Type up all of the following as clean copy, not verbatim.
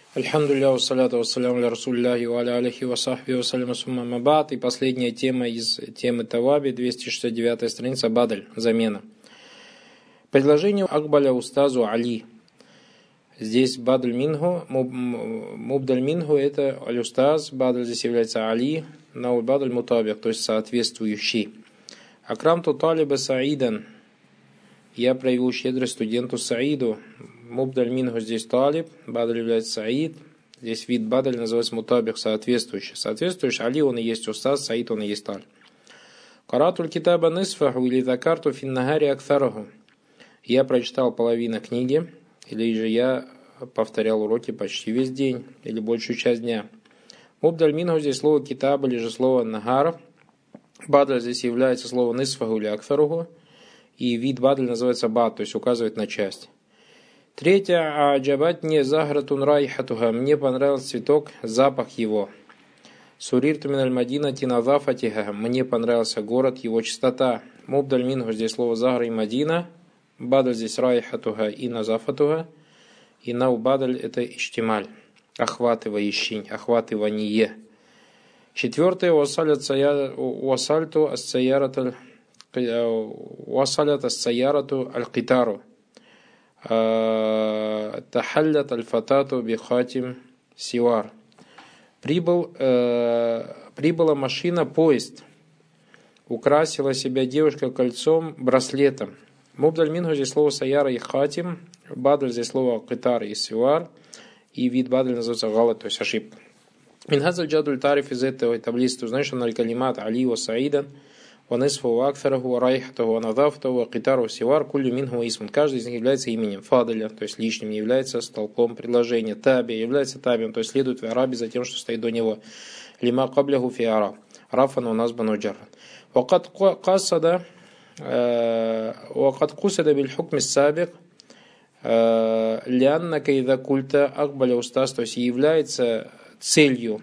Альхамдулилля, вассаляту вассаляму аля расулилляхи ва аля алихи ва сахби вассаляму сумма мабад. И последняя тема из темы Таваби, 269 страница, Бадль, замена. Предложение Акбаля устазу Али. Здесь Бадль Минху, Мубдаль Минху это аль-устаз, Бадль здесь является Али, науль Бадль Мутабик, то есть соответствующий. Акрамту талиба Саидан. Я проявил щедрость студенту Саиду. Мубдаль Минху здесь талиб, Бадль является Саид. Здесь вид Бадль называется мутабих, соответствующий. Соответствующий Али он и есть устаз, Саид он и есть талиб. Каратуль китаба нисфаху или закарту финнагари аксараху. Я прочитал половину книги, или же я повторял уроки почти весь день, или большую часть дня. Мубдаль Минху здесь слово китаба, или же слово нагар. Бадль здесь является слово нисфаху или аксараху. И вид Бадль называется бад, то есть указывает на часть. Третье, аджабатни загратун райхатуха. Мне понравился цветок, запах его. Сурирту миналь мадина тинадафатиха. Мне понравился город, его чистота. Мубдаль Минху здесь слово загра и мадина. Бадль здесь райхатуха и назафатуха. И нау бадль это иштималь, охватывающий, охватывание. Четвертое, уасальту ас-сайярату аль-китару. Тахаллят аль-фатату бихатим сивар. Прибыла машина, поезд. Украсила себя девушка кольцом, браслетом. Мубдаль Минху здесь слово саяра и хатим. Бадль здесь слово китар и сивар. И вид бадль называется галат, то есть ошибка. Минхазаль джадуль тариф из этой таблицы. Знаешь, он аль-калимат али ва саидан. Ванисфу вакфараху, райхтаху, анадавтаху, китару, сивар, кулю минху исман. Каждый из них является именем. Фадаля, то есть лишним, является столпом предложения. Таби является табием, то есть следует в арабе за тем, что стоит до него. Лима кабляху фи араб. Рафан у нас бану джарран. Вакад кусада биль-хукм ис-сабик ляннака идha культа акбаля устаз, то есть является целью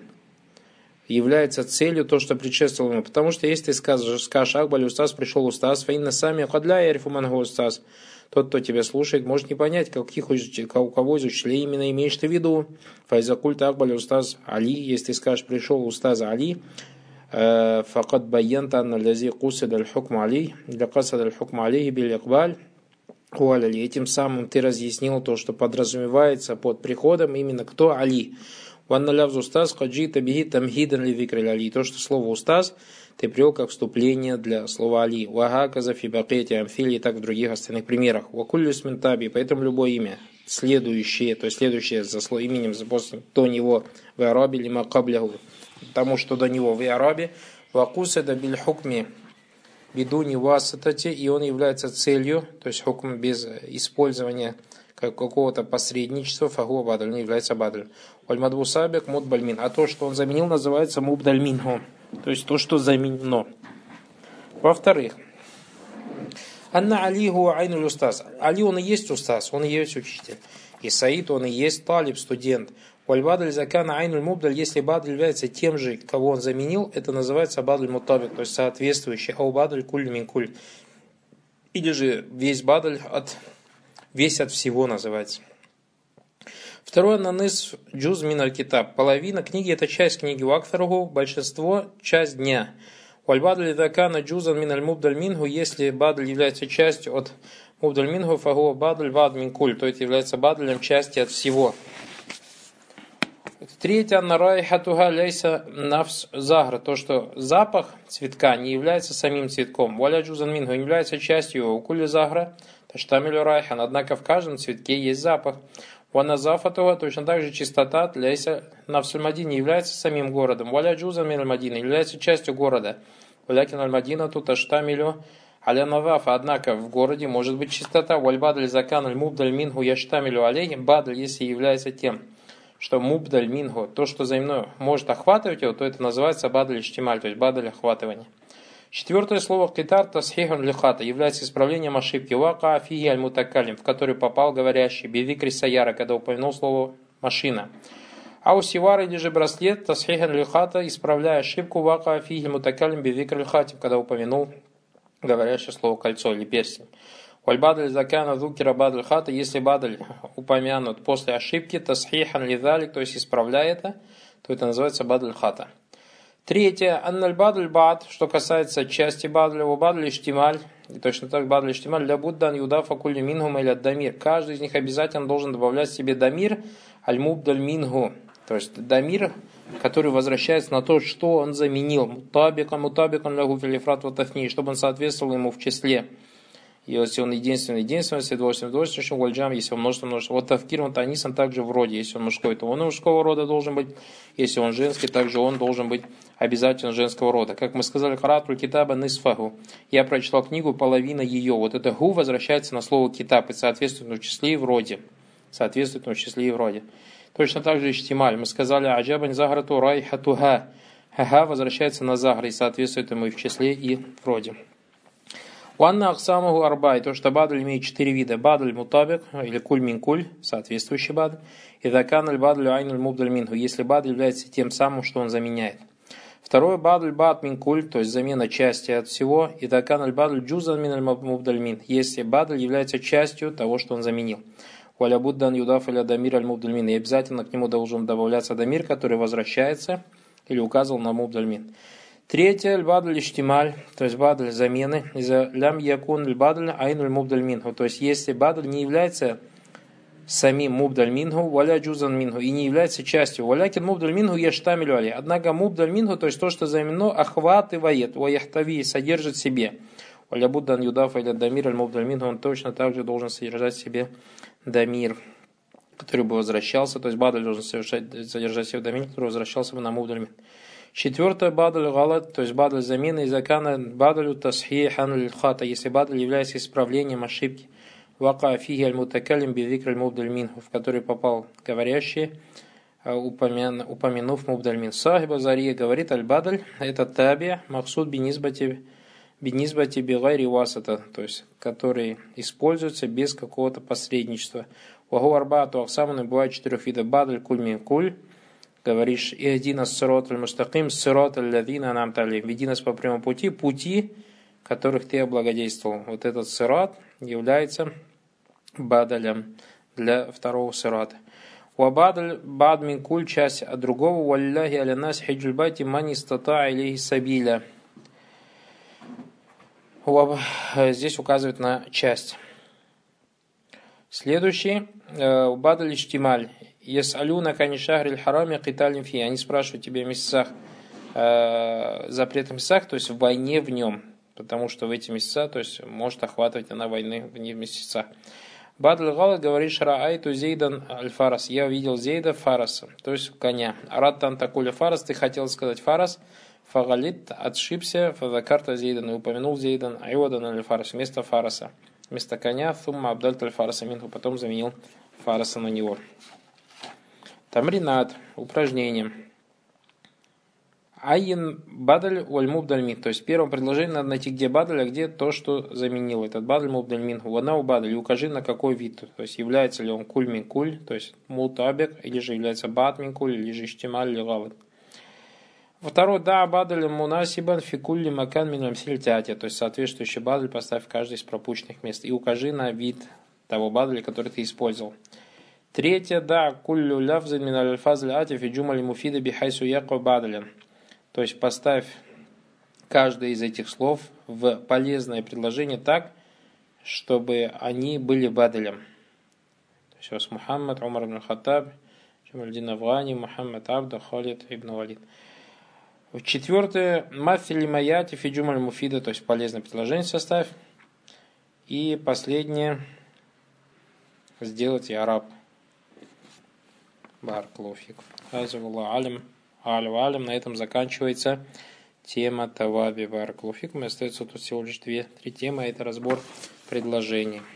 то, что предшествовало ему. Потому что если ты скажешь Акбаль устаз, пришел устаз, фаинна сами кадля ярифу мангу устаз, тот, кто тебя слушает, может не понять, у кого из учителей именно имеешь ты в виду. Файза культа Акбаль устаз Али, если ты скажешь пришел устаз Али, факад байянта анна лязи кусад аль-хукм Али, для касад аль-хукм Али биль Акбаль хуаляли. Этим самым ты разъяснил то, что подразумевается под приходом именно кто Али. Ванна лявз устаз хаджита бихи тамхидан ли викриль Али. То, что слово устаз ты привел как вступление для слова Али. Вагака зафи бакети амфили и так в других остальных примерах. Вакуллюс ментаби. Поэтому любое имя следующее, то есть следующее за именем после до него в арабе лима кабляху, тому что до него в арабе вакусада биль хукми бидуни васатати, и он является целью, то есть хукм без использования какого-то посредничества, фагуа бадль, не является бадль. Вальмадбу сабик мудбальмин. А то, что он заменил, называется мубдальминху. То есть то, что заменено. Во-вторых, анна алиху айнуль устаз. Али он и есть устаз, он и есть учитель. И Саид он и есть талиб, студент. Вальбадль закана айнуль мубдаль. Если бадль является тем же, кого он заменил, это называется бадль мутабик, то есть соответствующий. Ау бадль куль мин куль. Или же весь бадль весь от всего называется. Второе, наныс джуз мин аль-китаб. Половина книги это часть книги вактаруху, большинство часть дня. Вальбадль дакана джузан мин аль-мубдаль минху. Если бадль является частью от мубдаль минху, фагуа бадль вад мин куль, то это является бадлем части от всего. Третье, нарайхатуха ляйса нафс загра. То, что запах цветка не является самим цветком. Валя джузан минху не является частью его. Укули загра таштамилю райхан. Однако в каждом цветке есть запах. Ваназафатуха, точно так же чистота ляйса нафсуль мадин не является самим городом. Валя джузан мин аль-мадина является частью города. Валякин аль-мадина тут таштамилю аля назафа. Однако в городе может быть чистота. Вальбадль закан аль-мубдаль минху яштамилю алейхи. Бадль, если является тем, что мубдаль минху, то, что взаимно может охватывать его, то это называется бадль иштималь, то есть бадль охватывание. Четвертое слово китар тасхихан лихата является исправлением ошибки вака афиги аль-мутакалим, в который попал говорящий бивикри саяра, когда упомянул слово машина. А у сивара или же браслет тасхихан лихата, исправляя ошибку вака афиги аль-мутакалим бивикри лихатим, когда упомянул говорящее слово кольцо или перстень. Валь бадль закана зукира бадль хата, если бадль упомянут после ошибки, тасхихан лидалик, то есть исправляет это, то это называется бадль хата. Третье, анналь бадль бад, что касается части бадля, у бадль иштималь, и точно так бадль иштималь, ля буддан юдафа кулли мингум или дамир. Каждый из них обязательно должен добавлять себе дамир, аль мубдаль мингу, то есть дамир, который возвращается на то, что он заменил. Мутабикан лягу филифрат ватафни, чтобы он соответствовал ему в числе. И если он единственный, если двойственный, вальджам, если он множество. Вот тавкир, он танисан также вроде, если он мужской, то он мужского рода должен быть, если он женский, также он должен быть обязательно женского рода. Как мы сказали, харатруль китаба нисфаху. Я прочитал книгу, половина ее. Вот это гу возвращается на слово китаб, и соответствует в числе и вроде. Соответствует в числе и вроде. Точно так же иштималь. Мы сказали, аджабань заграту райхатуха. Ха возвращается на загр, и соответствует ему и в числе, и вроде. Уанна ахсамаху арбай, то что бадль имеет 4 вида. Бадль мутабик, или куль мин куль, соответствующий бадль. И даканаль бадль айнуль мубдаль минху, если бадль является тем самым, что он заменяет. Второй бадль бад мин куль, то есть замена части от всего. И даканаль бадль джузан миналь мубдаль мин, если бадль является частью того, что он заменил. Валя буддан юдаф иля дамир аль мубдаль мин, и обязательно к нему должен добавляться дамир, который возвращается или указывал на мубдаль мин. Третье, бадль иштималь, то есть бадль замены, из-за лям якун бадль айнуль мубдаль минху, то есть если бадль не является самим мубдаль минху, валя джузан минху, и не является частью, валякин мубдаль минху ештамилю али, однако мубдаль минху, то есть то, что заменено, охватывает, ваяхтави, содержит в себе, валя буддан юдафа или дамир аль мубдаль минху, он точно также должен содержать в себе дамир, который бы возвращался, то есть бадль должен содержать в себе дамир, который возвращался бы на мубдаль мин. Четвертое, бадль галат, то есть бадль замены из закана бадлю тасхихан лхата, если бадль является исправлением ошибки. Вака фиги аль-мутакалим бидикр аль-мубдаль минху, в который попал говорящий, упомянув мубдаль мин. Сахиба Зария говорит, аль-бадль это таби, махсуд бинизбати бигайри васата, то есть который используется без какого-то посредничества. Вагу арбату ахсаманы бывает 4 вида бадль куль мин куль. Говоришь, иди нас сирот аль-мустаким, сирот аль-ладина нам тали. Веди нас по прямому пути, которых ты облагодействовал. Вот этот сирот является бадалем для второго сирота. Уабадаль бад мин куль часть от другого. Валляхи аля нас хиджуль байти мани стата илейхи сабиля. Здесь указывает на часть. Следующий. Бадаль иштималь. Ясалюна канишахриль харами киталин фи. Они спрашивают тебя в месяцах, запретных месяцах, то есть в войне в нем, потому что в эти месяца, то есть может охватывать она войны в месяцах. Бадль гала говорит шраайту зейдан аль-фарас. Я видел зейда фараса, то есть коня. Араттан такуля фарас, ты хотел сказать фарас. Фагалит отшибся, фазакарта зейдан, и упомянул зейдан айодан аль-фарас, вместо фараса. Вместо коня, thumma абдальт аль-фараса минху, потом заменил фараса на него. Тамринат, упражнение. Айин бадль валь мубдаль мин. То есть в первом предложении надо найти, где бадль, а где то, что заменил этот бадль мубдаль мин. Вана у бадль, и укажи на какой вид. То есть является ли он куль мин куль, то есть мутабек, или же является бад мин куль, или же иштималь или галат. Второй, да, бадль мунасибан фикулли макан мин амсильтяти. То есть соответствующий бадль поставь в каждое из пропущенных мест. И укажи на вид того бадля, который ты использовал. Третье, да, куллю лявзин мин аль-фазль атиф и джумали муфида бихайсу яко бадлян. То есть поставь каждое из этих слов в полезное предложение так, чтобы они были бадлем. То есть вас Мухаммад, Умар ибн Хаттаб, Джамальдин Афгани, Мухаммад Абда, Халид ибн Валид. Четвертое, мафили маятиф и джумаль муфида, то есть полезное предложение составь. И последнее, сделать араб. Барклофик. Хазавалла алим. Алим. На этом заканчивается тема Таваби Барклофик. У меня остается тут всего лишь 2-3 темы. Это разбор предложений.